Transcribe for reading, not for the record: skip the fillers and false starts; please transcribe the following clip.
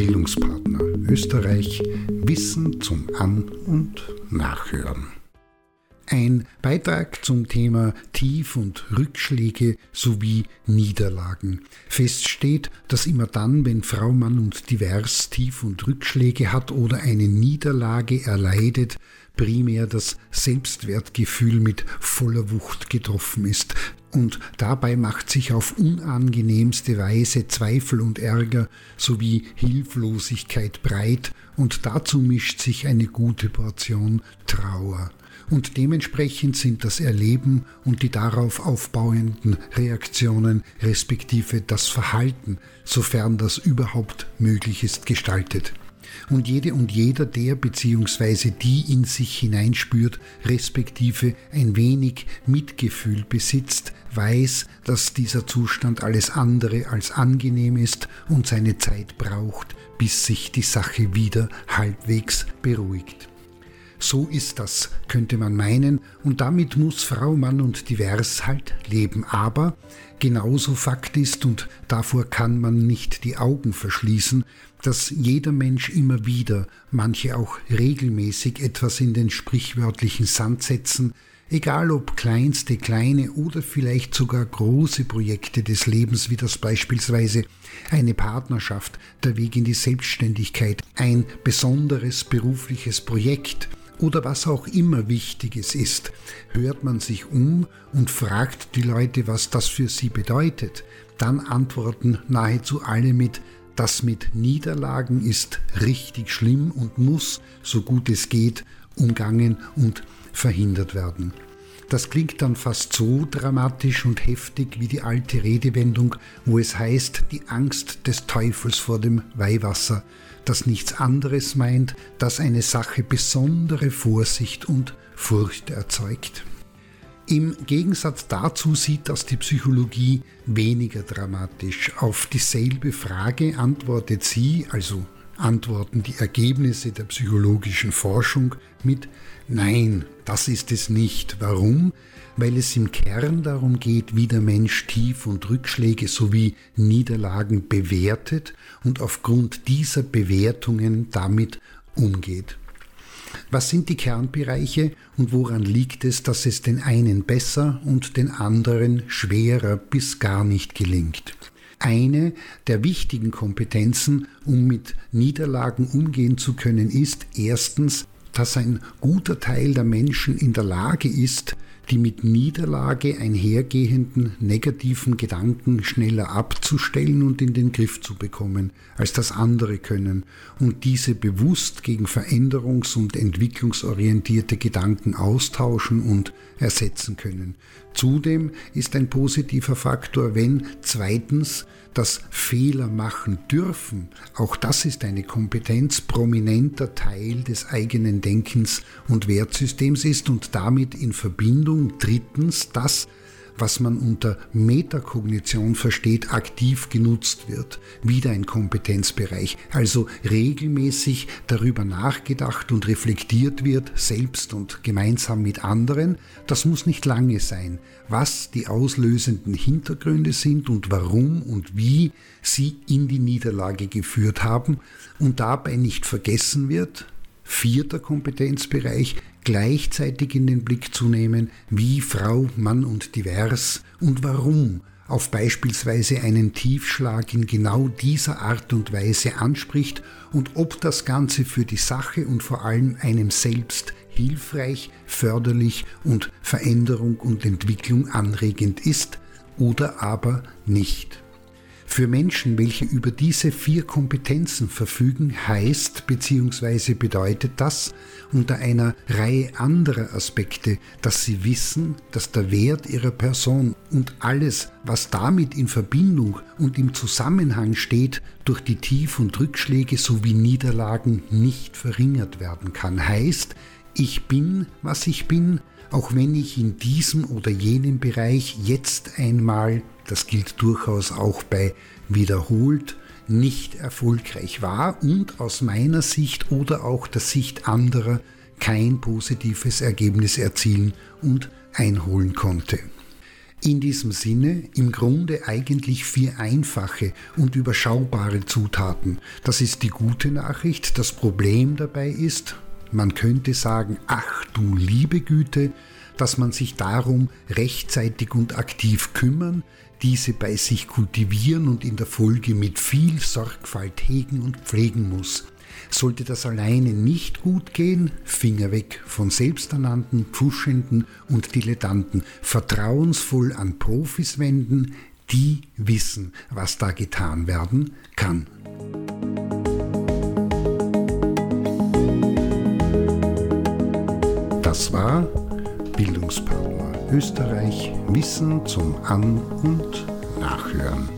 Bildungspartner Österreich Wissen zum An- und Nachhören. Ein Beitrag zum Thema Tief- und Rückschläge sowie Niederlagen. Fest steht, dass immer dann, wenn Frau, Mann und Divers Tief- und Rückschläge hat oder eine Niederlage erleidet, primär das Selbstwertgefühl mit voller Wucht getroffen ist. Und dabei macht sich auf unangenehmste Weise Zweifel und Ärger sowie Hilflosigkeit breit und dazu mischt sich eine gute Portion Trauer. Und dementsprechend sind das Erleben und die darauf aufbauenden Reaktionen respektive das Verhalten, sofern das überhaupt möglich ist, gestaltet. Und jede und jeder, der bzw. die in sich hineinspürt, respektive ein wenig Mitgefühl besitzt, weiß, dass dieser Zustand alles andere als angenehm ist und seine Zeit braucht, bis sich die Sache wieder halbwegs beruhigt. So ist das, könnte man meinen, und damit muss Frau, Mann und Divers halt leben. Aber genauso Fakt ist, und davor kann man nicht die Augen verschließen, dass jeder Mensch immer wieder, manche auch regelmäßig etwas in den sprichwörtlichen Sand setzen, egal ob kleinste, kleine oder vielleicht sogar große Projekte des Lebens, wie das beispielsweise eine Partnerschaft, der Weg in die Selbstständigkeit, ein besonderes berufliches Projekt oder was auch immer Wichtiges ist, hört man sich um und fragt die Leute, was das für sie bedeutet. Dann antworten nahezu alle mit: Das mit Niederlagen ist richtig schlimm und muss, so gut es geht, umgangen und verhindert werden. Das klingt dann fast so dramatisch und heftig wie die alte Redewendung, wo es heißt, die Angst des Teufels vor dem Weihwasser, das nichts anderes meint, dass eine Sache besondere Vorsicht und Furcht erzeugt. Im Gegensatz dazu sieht das die Psychologie weniger dramatisch. Auf dieselbe Frage antwortet sie, also antworten die Ergebnisse der psychologischen Forschung mit Nein, das ist es nicht. Warum? Weil es im Kern darum geht, wie der Mensch Tief- und Rückschläge sowie Niederlagen bewertet und aufgrund dieser Bewertungen damit umgeht. Was sind die Kernbereiche und woran liegt es, dass es den einen besser und den anderen schwerer bis gar nicht gelingt? Eine der wichtigen Kompetenzen, um mit Niederlagen umgehen zu können, ist erstens, dass ein guter Teil der Menschen in der Lage ist, die mit Niederlage einhergehenden negativen Gedanken schneller abzustellen und in den Griff zu bekommen, als das andere können, und diese bewusst gegen veränderungs- und entwicklungsorientierte Gedanken austauschen und ersetzen können. Zudem ist ein positiver Faktor, wenn zweitens das Fehler machen dürfen, auch das ist eine Kompetenz, prominenter Teil des eigenen Denkens und Wertsystems ist und damit in Verbindung drittens das, was man unter Metakognition versteht, aktiv genutzt wird. Wieder ein Kompetenzbereich, also regelmäßig darüber nachgedacht und reflektiert wird, selbst und gemeinsam mit anderen. Das muss nicht lange sein, was die auslösenden Hintergründe sind und warum und wie sie in die Niederlage geführt haben und dabei nicht vergessen wird, vierter Kompetenzbereich, gleichzeitig in den Blick zu nehmen, wie Frau, Mann und Divers und warum auf beispielsweise einen Tiefschlag in genau dieser Art und Weise anspricht und ob das Ganze für die Sache und vor allem einem selbst hilfreich, förderlich und Veränderung und Entwicklung anregend ist oder aber nicht. Für Menschen, welche über diese 4 Kompetenzen verfügen, heißt bzw. bedeutet das unter einer Reihe anderer Aspekte, dass sie wissen, dass der Wert ihrer Person und alles, was damit in Verbindung und im Zusammenhang steht, durch die Tief- und Rückschläge sowie Niederlagen nicht verringert werden kann. Heißt, ich bin, was ich bin, auch wenn ich in diesem oder jenem Bereich jetzt einmal, das gilt durchaus auch bei wiederholt, nicht erfolgreich war und aus meiner Sicht oder auch der Sicht anderer kein positives Ergebnis erzielen und einholen konnte. In diesem Sinne im Grunde eigentlich 4 einfache und überschaubare Zutaten. Das ist die gute Nachricht. Das Problem dabei ist, man könnte sagen, ach du liebe Güte, dass man sich darum rechtzeitig und aktiv kümmern, diese bei sich kultivieren und in der Folge mit viel Sorgfalt hegen und pflegen muss. Sollte das alleine nicht gut gehen, Finger weg von Selbsternannten, Pfuschenden und Dilettanten, vertrauensvoll an Profis wenden, die wissen, was da getan werden kann. Das war Bildungspartner Österreich, Wissen zum An- und Nachhören.